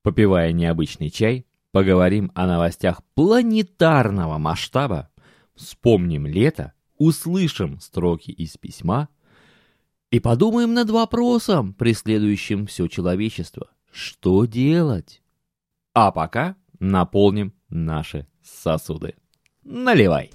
Попивая необычный чай, поговорим о новостях планетарного масштаба, вспомним лето, услышим строки из письма и подумаем над вопросом, преследующим все человечество. Что делать? А пока наполним наши сосуды. Наливай!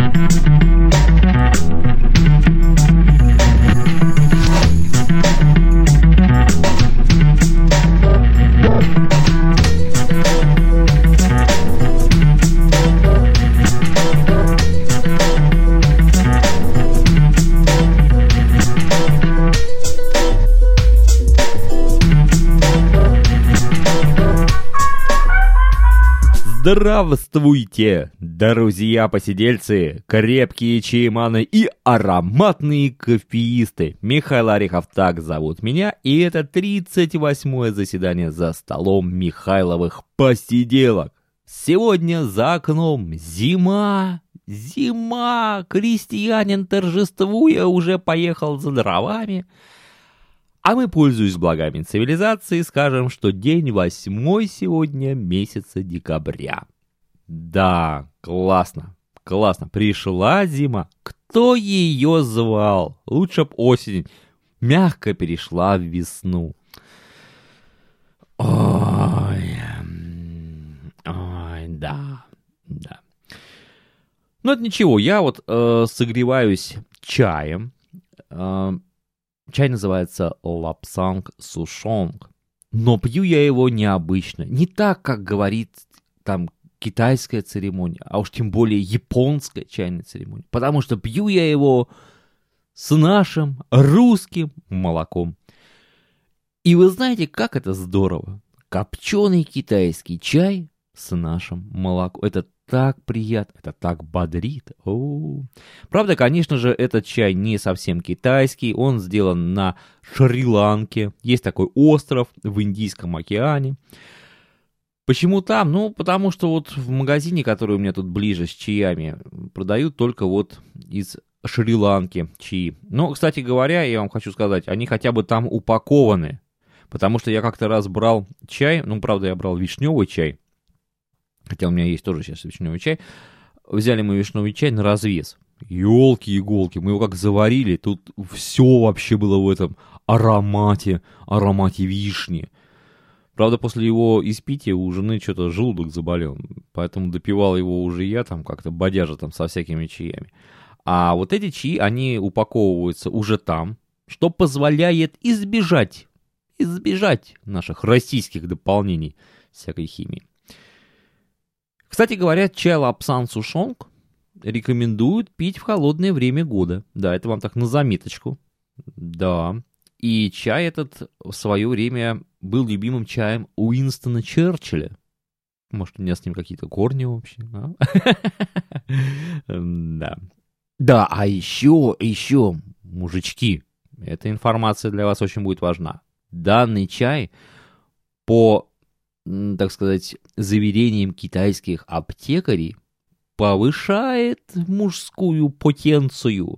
Здравствуйте, друзья-посидельцы, крепкие чаеманы и ароматные кофеисты. Михаил Орехов, так зовут меня, и это 38-е заседание за столом Михайловых посиделок. Сегодня за окном зима, крестьянин, торжествуя, уже поехал за дровами. А мы, пользуясь благами цивилизации, скажем, что день 8 сегодня месяца декабря. Да, классно, пришла зима. Кто ее звал? Лучше б осень мягко перешла в весну. Ой, да. Ну, это ничего, я вот согреваюсь чаем. Чай называется лапсанг сушонг, но пью я его необычно, не так, как говорит там китайская церемония, а уж тем более японская чайная церемония, потому что пью я его с нашим русским молоком. И вы знаете, как это здорово, копченый китайский чай с нашим молоком, это так приятно, это так бодрит. Правда, конечно же, этот чай не совсем китайский, он сделан на Шри-Ланке. Есть такой остров в Индийском океане. Почему там? Ну, потому что вот в магазине, который у меня тут ближе с чаями, продают только вот из Шри-Ланки чаи. Но, кстати говоря, я вам хочу сказать, они хотя бы там упакованы. Потому что я как-то раз брал чай, ну, правда, я брал вишневый чай, хотя у меня есть тоже сейчас вишневый чай. Взяли мы вишневый чай на развес. Ёлки-иголки, мы его как заварили, тут все вообще было в этом аромате вишни. Правда, после его испития у жены что-то желудок заболел, поэтому допивал его уже я там как-то бодяжа там со всякими чаями. А вот эти чаи, они упаковываются уже там, что позволяет избежать наших российских дополнений всякой химии. Кстати говоря, чай лапсан сушонг рекомендуют пить в холодное время года. Да, это вам так на заметочку. Да. И чай этот в свое время был любимым чаем Уинстона Черчилля. Может, у меня с ним какие-то корни вообще. Да. Да, а еще, мужички, эта информация для вас очень будет важна. Данный чай по, так сказать, заверениям китайских аптекарей, повышает мужскую потенцию.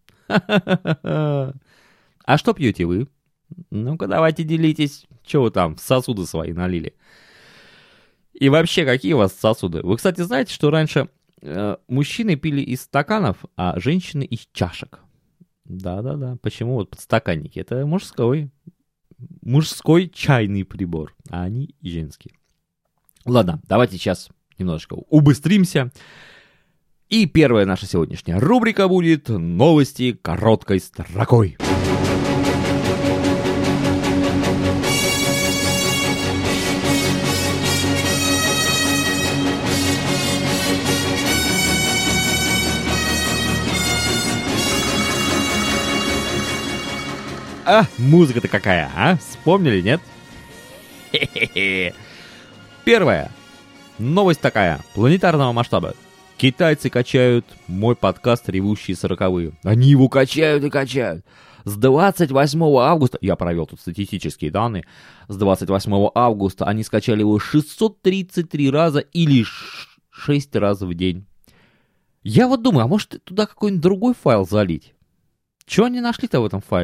А что пьете вы? Ну-ка, давайте делитесь. Чего вы там в сосуды свои налили? И вообще, какие у вас сосуды? Вы, кстати, знаете, что раньше мужчины пили из стаканов, а женщины из чашек? Да. Почему вот подстаканники? Это мужской чайный прибор, а они женские. Ладно, давайте сейчас немножечко убыстримся. И первая наша сегодняшняя рубрика будет «Новости короткой строкой». А, музыка-то какая, а? Вспомнили, нет? Хе-хе-хе. Первая новость такая, планетарного масштаба. Китайцы качают мой подкаст «Ревущие сороковые». Они его качают и качают. С 28 августа, я провел тут статистические данные, с 28 августа они скачали его 633 раза или 6 раз в день. Я вот думаю, а может туда какой-нибудь другой файл залить? Чего они нашли-то в этом файле?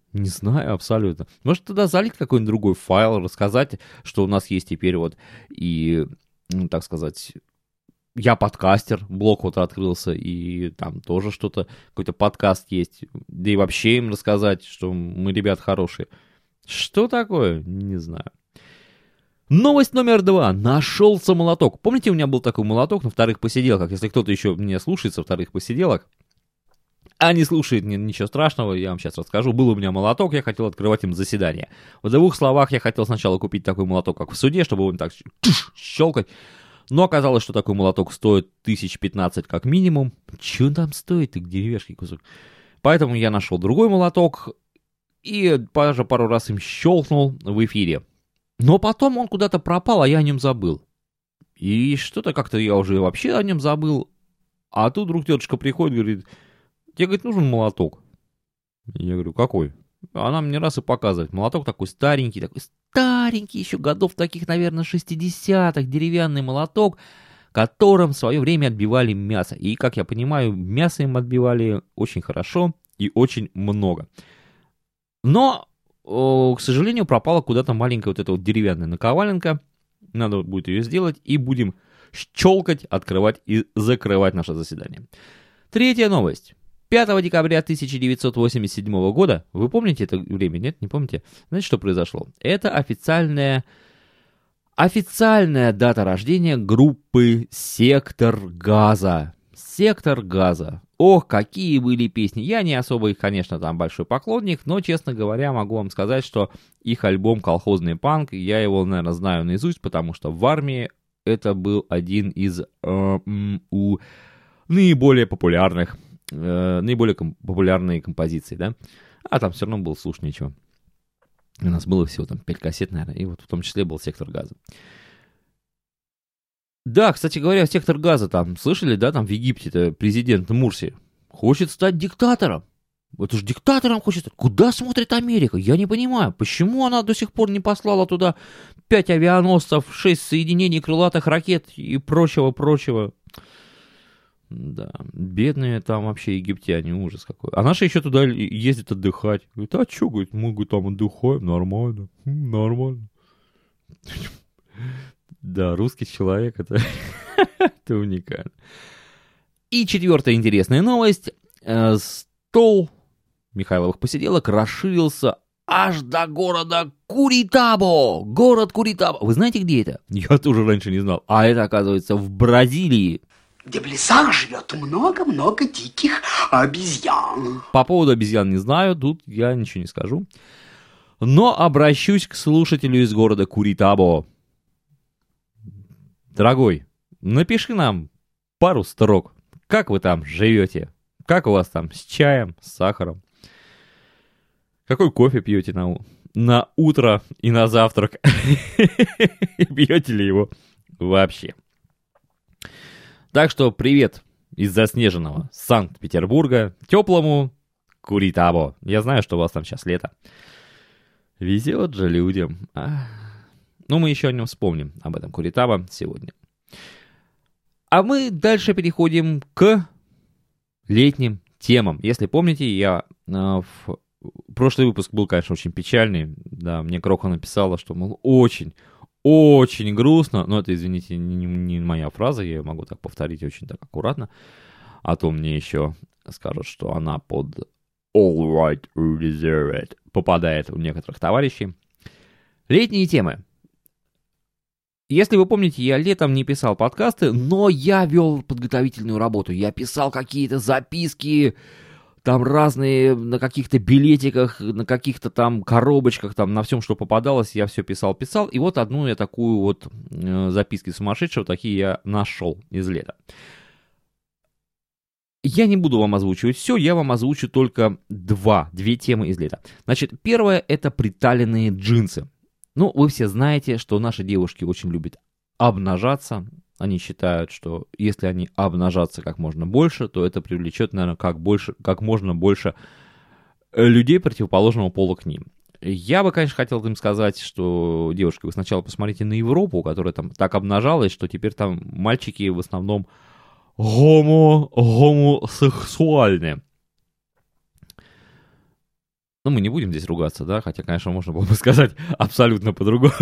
Не знаю абсолютно. Может, туда залить какой-нибудь другой файл, рассказать, что у нас есть теперь вот и, так сказать, я подкастер, блог вот открылся, и там тоже что-то, какой-то подкаст есть. Да и вообще им рассказать, что мы, ребят, хорошие. Что такое? Не знаю. Новость номер 2. Нашелся молоток. Помните, у меня был такой молоток на вторых посиделках? Если кто-то еще меня слушается вторых посиделок, а не слушает, ничего страшного, я вам сейчас расскажу. Был у меня молоток, я хотел открывать им заседание. В двух словах, я хотел сначала купить такой молоток, как в суде, чтобы он так щелкать. Но оказалось, что такой молоток стоит 1500 как минимум. Че он там стоит, ты деревяшки кусок? Поэтому я нашел другой молоток и даже пару раз им щелкнул в эфире. Но потом он куда-то пропал, а я о нем забыл. И что-то как-то я уже вообще о нем забыл. А тут вдруг тетушка приходит, говорит, тебе, говорит, нужен молоток. Я говорю, какой? Она мне раз и показывает. Молоток такой старенький, еще годов таких, наверное, 60-х, деревянный молоток, которым в свое время отбивали мясо. И, как я понимаю, мясо им отбивали очень хорошо и очень много. Но, к сожалению, пропала куда-то маленькая вот эта вот деревянная наковаленка. Надо будет ее сделать, и будем щелкать, открывать и закрывать наше заседание. Третья новость. 5 декабря 1987 года, вы помните это время, нет, не помните? Знаете, что произошло? Это официальная дата рождения группы «Сектор Газа». «Сектор Газа». Ох, какие были песни. Я не особо их, конечно, там большой поклонник, но, честно говоря, могу вам сказать, что их альбом «Колхозный панк», я его, наверное, знаю наизусть, потому что в армии это был один из наиболее популярные композиции, да? А там все равно было слушать нечего. У нас было всего там 5 кассет, наверное, и вот в том числе был «Сектор Газа». Да, кстати говоря, «Сектор Газа» там, слышали, да, там в Египте президент Мурси хочет стать диктатором. Это же диктатором хочет стать. Куда смотрит Америка? Я не понимаю, почему она до сих пор не послала туда 5 авианосцев, 6 соединений крылатых ракет и прочего. Да, бедные там вообще египтяне, ужас какой. А наши еще туда ездят отдыхать. Говорит, а что, говорит, мы, говорит, там отдыхаем, нормально, нормально. Да, русский человек, это уникально. И четвертая интересная новость. Стол Михайловых посиделок расширился аж до города Куритабо. Город Куритабо. Вы знаете, где это? Я тоже раньше не знал. А это, оказывается, в Бразилии. Где в лесах живет много-много диких обезьян. По поводу обезьян не знаю, тут я ничего не скажу. Но обращусь к слушателю из города Куритабо. Дорогой, напиши нам пару строк. Как вы там живете? Как у вас там с чаем, с сахаром? Какой кофе пьете на утро и на завтрак? И пьете ли его вообще? Так что привет из заснеженного Санкт-Петербурга теплому Куритабо. Я знаю, что у вас там сейчас лето. Везет же людям. Но мы еще о нем вспомним, об этом Куритабо сегодня. А мы дальше переходим к летним темам. Если помните, прошлый выпуск был, конечно, очень печальный. Да, мне Кроха написала, что, мол, очень грустно. Но это, извините, не моя фраза, я ее могу так повторить очень так аккуратно. А то мне еще скажут, что она под all right reserved попадает у некоторых товарищей. Летние темы. Если вы помните, я летом не писал подкасты, но я вел подготовительную работу. Я писал какие-то записки, там разные, на каких-то билетиках, на каких-то там коробочках, там на всем, что попадалось, я все писал. И вот одну я такую вот записки сумасшедшего, такие я нашел из лета. Я не буду вам озвучивать все, я вам озвучу только две темы из лета. Значит, первое — это приталенные джинсы. Ну, вы все знаете, что наши девушки очень любят обнажаться. Они считают, что если они обнажатся как можно больше, то это привлечет, наверное, как можно больше людей противоположного пола к ним. Я бы, конечно, хотел им сказать, что, девушки, вы сначала посмотрите на Европу, которая там так обнажалась, что теперь там мальчики в основном гомосексуальные. Ну, мы не будем здесь ругаться, да, хотя, конечно, можно было бы сказать абсолютно по-другому.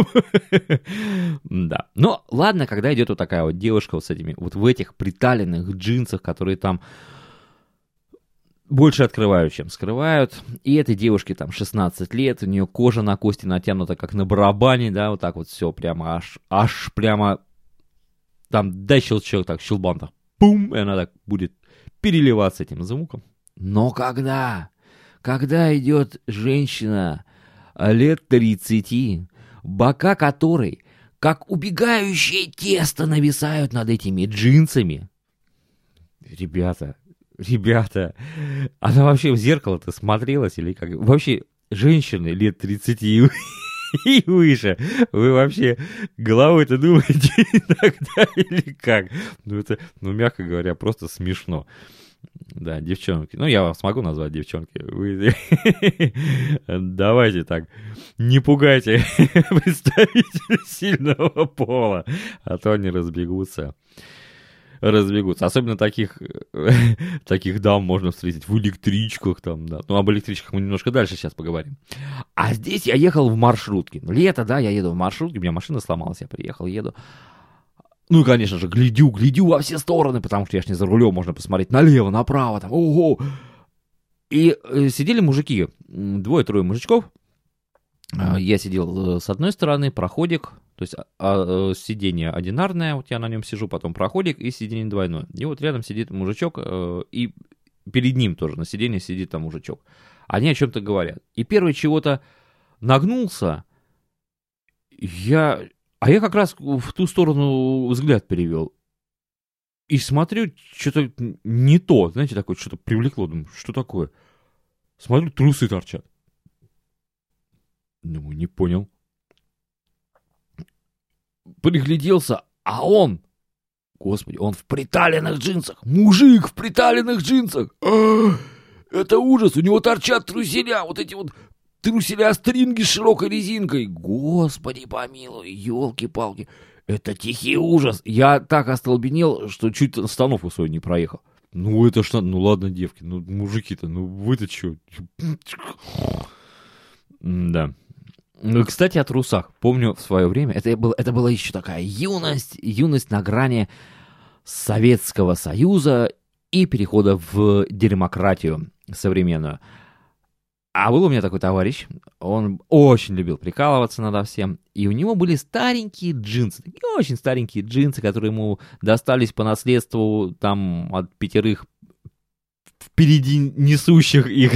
Да. Но ладно, когда идет вот такая вот девушка вот с этими, вот в этих приталенных джинсах, которые там больше открывают, чем скрывают. И этой девушке там 16 лет, у нее кожа на кости натянута, как на барабане, да, вот так вот все прямо аж прямо там дай щелчок, так, щелбан так, пум, и она так будет переливаться этим звуком. Но когда идет женщина лет 30, бока которой, как убегающее тесто, нависают над этими джинсами, Ребята, она вообще в зеркало-то смотрелась или как? Вообще, женщины лет 30 и выше, вы вообще головой-то думаете иногда или как? Ну, это, мягко говоря, просто смешно. Да, девчонки. Ну, я вас могу назвать девчонки. Вы давайте так, не пугайте представителей сильного пола, а то они разбегутся. Особенно таких дам можно встретить в электричках там, да. Ну, об электричках мы немножко дальше сейчас поговорим. А здесь я ехал в маршрутке. Лето, да, я еду в маршрутке, у меня машина сломалась, я приехал, еду. Ну, и, конечно же, глядю во все стороны, потому что я ж не за рулем, можно посмотреть налево, направо, там, ого. И сидели мужики, 2-3 мужичков. Я сидел с одной стороны, проходик, то есть сиденье одинарное, вот я на нем сижу, потом проходик и сиденье двойное. И вот рядом сидит мужичок, и перед ним тоже на сиденье сидит там мужичок. Они о чем-то говорят. И первый чего-то нагнулся, я как раз в ту сторону взгляд перевел. И смотрю, что-то не то, знаете, такое, что-то привлекло, думаю, что такое? Смотрю, трусы торчат. Думаю, не понял. Пригляделся, а он, господи, он в приталенных джинсах. Мужик в приталенных джинсах. Это ужас, у него торчат труселя, вот эти вот труселя-стринги с широкой резинкой. Господи помилуй, елки-палки. Это тихий ужас. Я так остолбенел, что чуть остановку свою не проехал. Ну это что, ну ладно, девки, ну мужики-то, ну вы-то что? Да. Ну, кстати, о трусах. Помню в свое время, это была еще такая юность на грани Советского Союза и перехода в демократию современную. А был у меня такой товарищ, он очень любил прикалываться надо всем, и у него были старенькие джинсы, такие очень старенькие джинсы, которые ему достались по наследству там от 5 впереди несущих их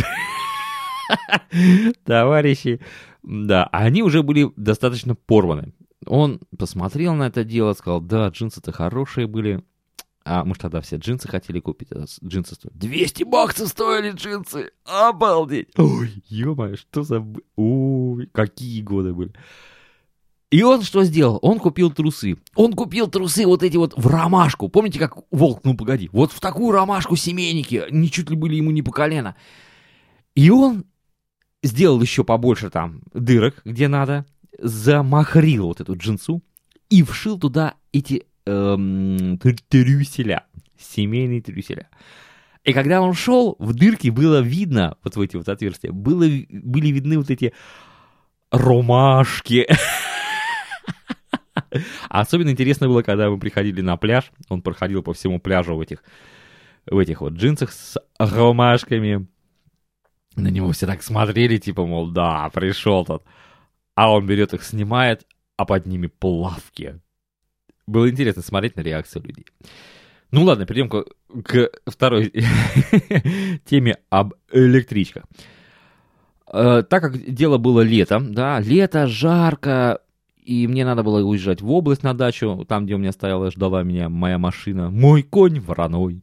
товарищей. Да, они уже были достаточно порваны. Он посмотрел на это дело, сказал, да, джинсы-то хорошие были. А мы же тогда все джинсы хотели купить. Джинсы стоят. $200 стоили джинсы. Обалдеть. Ой, ё-моё, что за... Ой, какие годы были. И он что сделал? Он купил трусы. Он купил трусы вот эти вот в ромашку. Помните, как волк, ну погоди. Вот в такую ромашку семейники. Они чуть ли были ему не по колено. И он сделал еще побольше там дырок, где надо. Замахрил вот эту джинсу. И вшил туда эти... трюселя, семейные трюселя. И когда он шел, в дырке было видно, вот в эти вот отверстия, были видны вот эти ромашки. А особенно интересно было, когда мы приходили на пляж, он проходил по всему пляжу в этих вот джинсах с ромашками. На него все так смотрели, типа, мол, да, пришел тот. А он берет их, снимает, а под ними плавки. Было интересно смотреть на реакцию людей. Ну ладно, перейдем к второй теме об электричках. Так как дело было летом, да, лето, жарко, и мне надо было уезжать в область на дачу, там, где у меня стояла, ждала меня моя машина, мой конь вороной.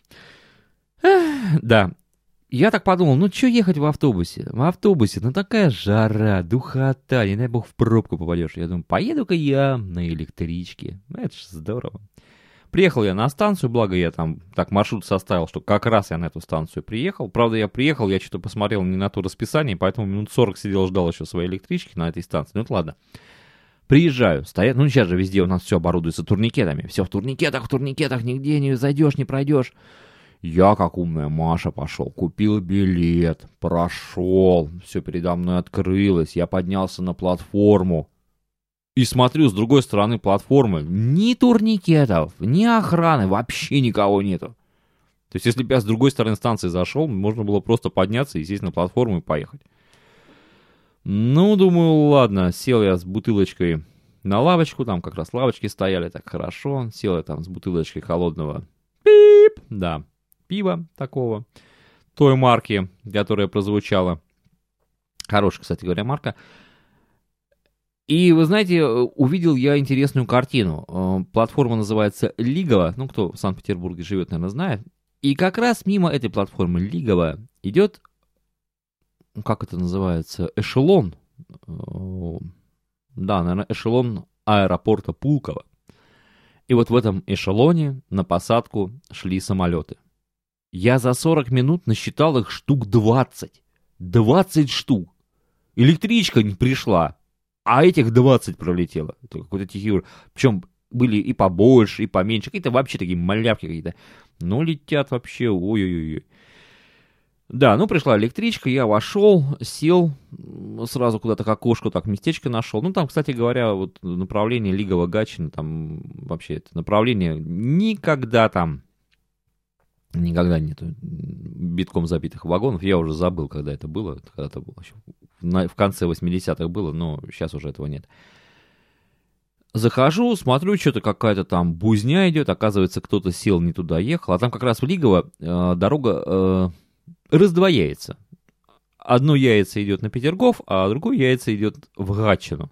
Да, я так подумал, ну что ехать в автобусе? В автобусе, ну такая жара, духота, не дай бог в пробку попадешь. Я думаю, поеду-ка я на электричке. Это же здорово. Приехал я на станцию, благо я там так маршрут составил, что как раз я на эту станцию приехал. Правда, я приехал, я что-то посмотрел не на то расписание, поэтому минут 40 сидел, ждал еще своей электрички на этой станции. Ну ладно. Приезжаю, стоят, ну сейчас же везде у нас все оборудуется турникетами. Все в турникетах, нигде не зайдешь, не пройдешь. Я, как умная Маша, пошел, купил билет, прошел, все передо мной открылось, я поднялся на платформу. И смотрю, с другой стороны платформы ни турникетов, ни охраны, вообще никого нету. То есть, если бы я с другой стороны станции зашел, можно было просто подняться и сесть на платформу и поехать. Ну, думаю, ладно, сел я с бутылочкой на лавочку, там как раз лавочки стояли, так хорошо. Сел я там с бутылочкой холодного пива такого, той марки, которая прозвучала. Хорошая, кстати говоря, марка. И, вы знаете, увидел я интересную картину. Платформа называется Лигово. Ну, кто в Санкт-Петербурге живет, наверное, знает. И как раз мимо этой платформы Лигово идет, как это называется, эшелон. Да, наверное, эшелон аэропорта Пулково. И вот в этом эшелоне на посадку шли самолеты. Я за 40 минут насчитал их штук 20. 20 штук. Электричка не пришла. А этих 20 пролетело. Это какой-то тихий уровень. Причем были и побольше, и поменьше. Какие-то вообще такие малявки какие-то. Ну, летят вообще. Ой-ой-ой. Да, ну, пришла электричка, я вошел, сел, сразу куда-то к окошку, так, местечко нашел. Ну, там, кстати говоря, вот направление Лигово-Гатчина, там вообще это направление никогда нету битком забитых вагонов. Я уже забыл, когда это было. Когда-то было еще в конце 80-х было, но сейчас уже этого нет. Захожу, смотрю, что-то какая-то там бузня идет. Оказывается, кто-то сел, не туда ехал. А там как раз в Лигово дорога раздвояется. Одно яйцо идет на Петергоф, а другое яйцо идет в Гатчину.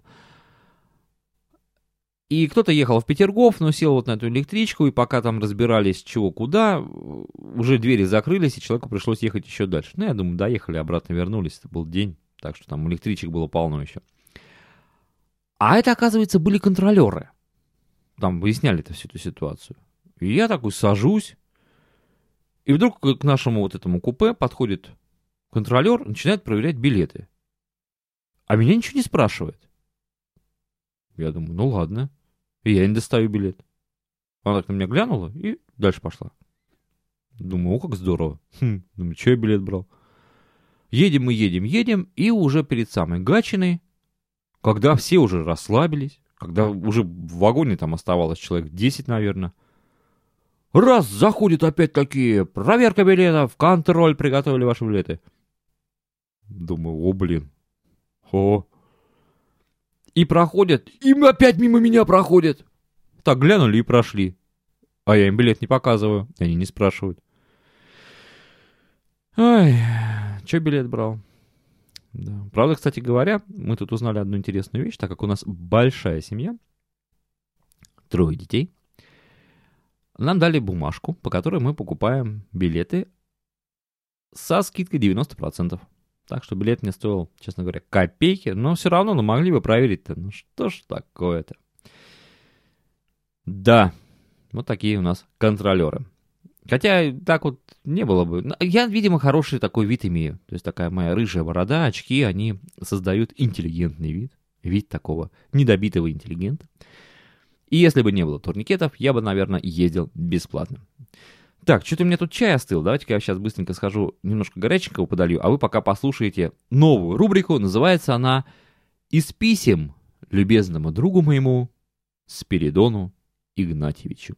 И кто-то ехал в Петергоф, но сел вот на эту электричку, и пока там разбирались, чего куда, уже двери закрылись, и человеку пришлось ехать еще дальше. Ну, я думаю, доехали, обратно вернулись, это был день, так что там электричек было полно еще. А это, оказывается, были контролеры. Там выясняли-то всю эту ситуацию. И я такой сажусь, и вдруг к нашему вот этому купе подходит контролер, начинает проверять билеты. А меня ничего не спрашивает. Я думаю, ну ладно. И я не достаю билет. Она так на меня глянула и дальше пошла. Думаю, о, как здорово. Думаю, что я билет брал? Едем мы, едем, и уже перед самой Гатчиной, когда все уже расслабились, когда уже в вагоне там оставалось человек 10, наверное, раз, заходят опять такие, проверка билетов, контроль, приготовили ваши билеты. Думаю, о, блин. О. И проходят, и опять мимо меня проходят. Так глянули и прошли. А я им билет не показываю, и они не спрашивают. Ой, что билет брал? Да. Правда, кстати говоря, мы тут узнали одну интересную вещь, так как у нас большая семья, 3 детей, нам дали бумажку, по которой мы покупаем билеты со скидкой 90%. Так что билет мне стоил, честно говоря, копейки, но все равно, ну, могли бы проверить-то. Ну, что ж такое-то? Да, вот такие у нас контролеры. Хотя так вот не было бы. Я, видимо, хороший такой вид имею. То есть такая моя рыжая борода, очки, они создают интеллигентный вид. Вид такого недобитого интеллигента. И если бы не было турникетов, я бы, наверное, ездил бесплатно. Так, что-то у меня тут чай остыл. Давайте-ка я сейчас быстренько схожу, немножко горяченького подолью, а вы пока послушаете новую рубрику. Называется она «Из писем любезному другу моему Спиридону Игнатьевичу».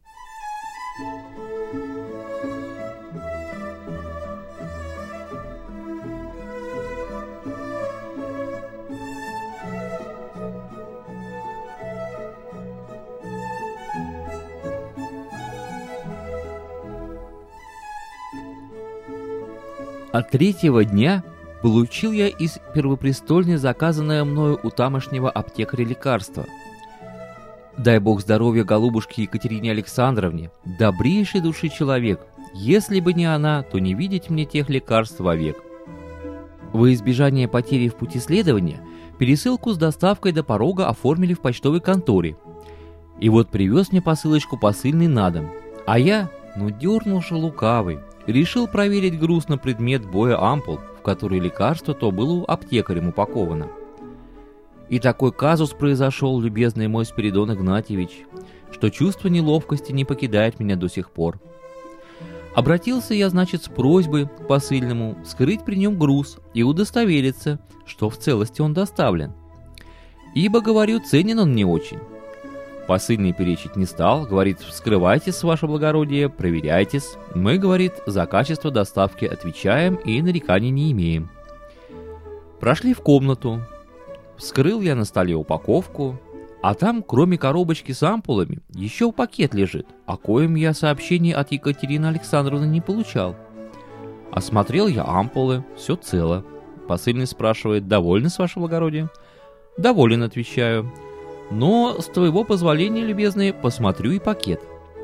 А 3-го дня получил я из Первопрестольной заказанное мною у тамошнего аптекаря лекарство. Дай бог здоровья голубушке Екатерине Александровне, добрейшей души человек. Если бы не она, то не видеть мне тех лекарств вовек. Во избежание потери в пути следования, пересылку с доставкой до порога оформили в почтовой конторе. И вот привез мне посылочку посыльный на дом. А я, дернулся лукавый, решил проверить груз на предмет боя ампул, в который лекарство то было аптекарем упаковано. И такой казус произошел, любезный мой Спиридон Игнатьевич, что чувство неловкости не покидает меня до сих пор. Обратился я, значит, с просьбой к посыльному скрыть при нем груз и удостовериться, что в целости он доставлен. Ибо, говорю, ценен он не очень. Посыльный перечить не стал, говорит: «Вскрывайтесь, ваше благородие, проверяйтесь. Мы, говорит, за качество доставки отвечаем и нареканий не имеем». Прошли в комнату. Вскрыл я на столе упаковку, а там, кроме коробочки с ампулами, еще пакет лежит, о коем я сообщений от Екатерины Александровны не получал. Осмотрел я ампулы, все цело. Посыльный спрашивает: «Довольны, с ваше благородие?» «Доволен», отвечаю. «Но, с твоего позволения, любезный, посмотрю и пакет».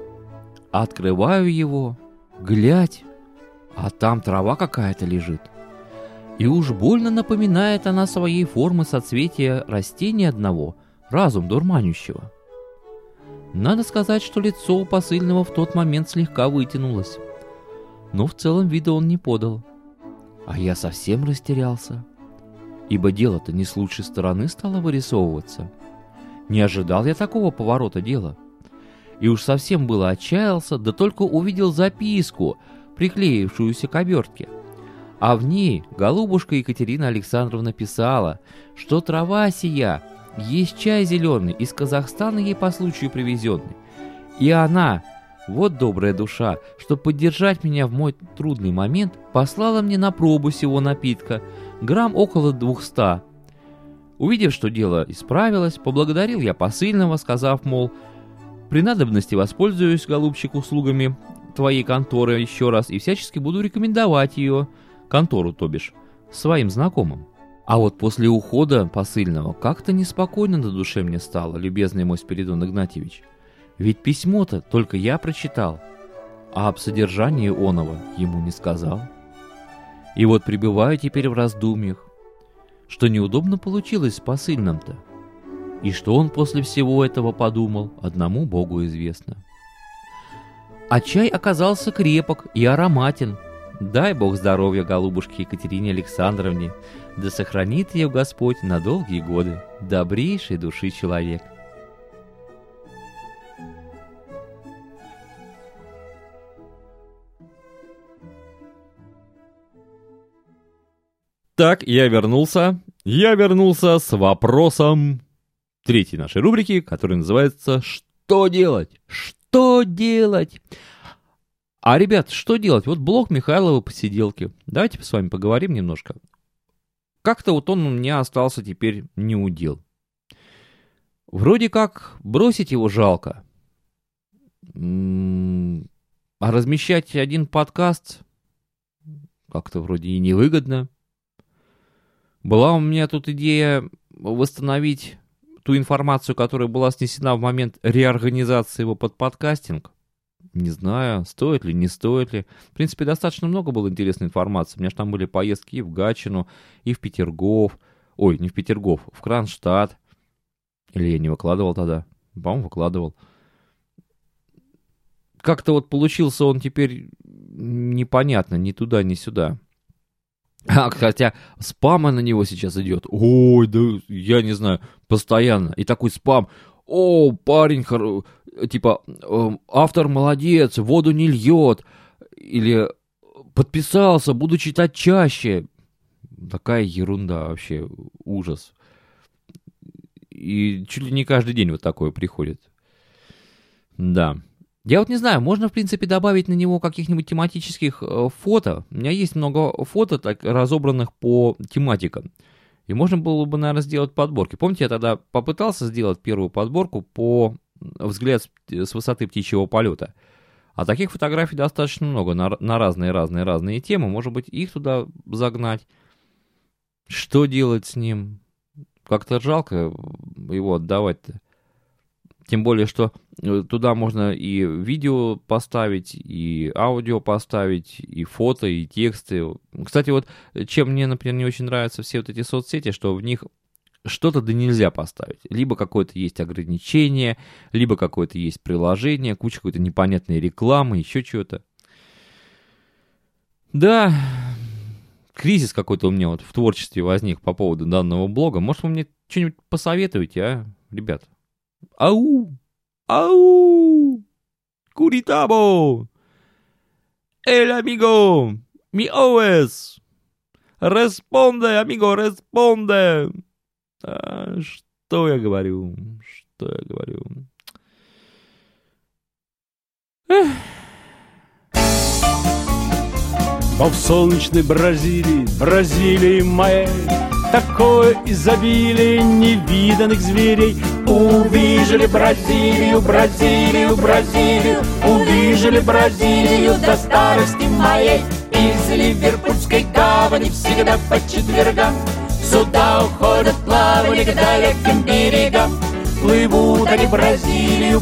Открываю его, глядь, а там трава какая-то лежит. И уж больно напоминает она своей формы соцветия растения одного, разум дурманющего. Надо сказать, что лицо у посыльного в тот момент слегка вытянулось, но в целом вида он не подал. А я совсем растерялся, ибо дело-то не с лучшей стороны стало вырисовываться. Не ожидал я такого поворота дела. И уж совсем было отчаялся, да только увидел записку, приклеившуюся к обертке. А в ней голубушка Екатерина Александровна писала, что трава сия есть чай зеленый из Казахстана ей по случаю привезенный. И она, вот добрая душа, чтобы поддержать меня в мой трудный момент, послала мне на пробу сего напитка грамм около 200. Увидев, что дело исправилось, поблагодарил я посыльного, сказав, мол, при надобности воспользуюсь, голубчик, услугами твоей конторы еще раз и всячески буду рекомендовать ее, контору, то бишь, своим знакомым. А вот после ухода посыльного как-то неспокойно на душе мне стало, любезный мой Спиридон Игнатьевич. Ведь письмо-то только я прочитал, а об содержании оного ему не сказал. И вот пребываю теперь в раздумьях, что неудобно получилось с посыльным-то. И что он после всего этого подумал, одному Богу известно. А чай оказался крепок и ароматен. Дай Бог здоровья голубушке Екатерине Александровне, да сохранит ее Господь на долгие годы, добрейшей души человек. Так, я вернулся с вопросом третьей нашей рубрики, которая называется «Что делать? Что делать?» А, ребят, что делать? Вот блог Михайлова посиделки. Давайте с вами поговорим немножко. Как-то вот он у меня остался теперь неудел. Вроде как бросить его жалко. А размещать один подкаст как-то вроде и невыгодно. Была у меня тут идея восстановить ту информацию, которая была снесена в момент реорганизации его под подкастинг. Не знаю, стоит ли, не стоит ли. В принципе, достаточно много было интересной информации. У меня же там были поездки и в Гатчину, и в Петергоф. Ой, не в Петергоф, в Кронштадт. Или я не выкладывал тогда? По-моему, выкладывал. Как-то вот получился он теперь непонятно, ни туда, ни сюда. Хотя спама на него сейчас идет. Ой, да я не знаю, постоянно. И такой спам. О, парень, типа, автор молодец, воду не льет. Или подписался, буду читать чаще. Такая ерунда вообще, ужас. И чуть ли не каждый день вот такое приходит. Да. Я вот не знаю, можно, в принципе, добавить на него каких-нибудь тематических фото. У меня есть много фото, так, разобранных по тематикам. И можно было бы, наверное, сделать подборки. Помните, я тогда попытался сделать первую подборку по взгляд с высоты птичьего полета. А таких фотографий достаточно много на разные темы. Может быть, их туда загнать. Что делать с ним? Как-то жалко его отдавать-то. Тем более, что туда можно и видео поставить, и аудио поставить, и фото, и тексты. Кстати, вот чем мне, например, не очень нравятся все вот эти соцсети, что в них что-то да нельзя поставить. Либо какое-то есть ограничение, либо какое-то есть приложение, куча какой-то непонятной рекламы, еще чего-то. Да, кризис какой-то у меня вот в творчестве возник по поводу данного блога. Может, вы мне что-нибудь посоветуете, а, ребят? Ау! Ау! Куритабо! El amigo, mi OS. Responde, amigo, responde. Что я говорю? А в солнечной Бразилии моей, такое изобилие невиданных зверей. Увижали Бразилию, увижали Бразилию до старости моей. Из Ливерпульской гавани всегда по четвергам суда уходят плавали к далеким берегам. Плывут они в Бразилию,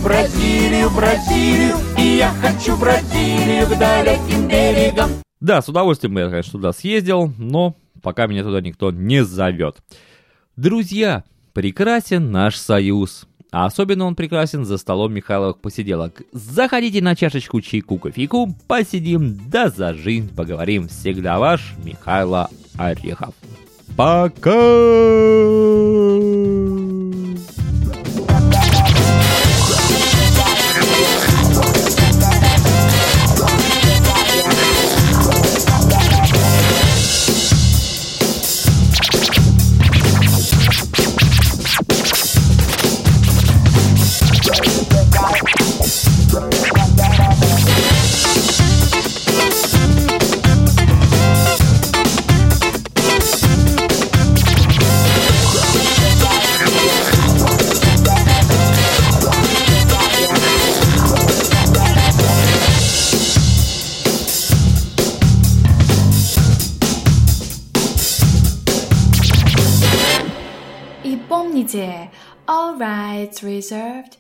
и я хочу Бразилию к далеким берегам. Да, с удовольствием бы я, конечно, туда съездил, но пока меня туда никто не зовет. Друзья, прекрасен наш союз. А особенно он прекрасен за столом Михайловых посиделок. Заходите на чашечку чайку, кофейку, посидим, да за жизнь поговорим. Всегда ваш Михайло Орехов. Пока! И помните, all rights reserved.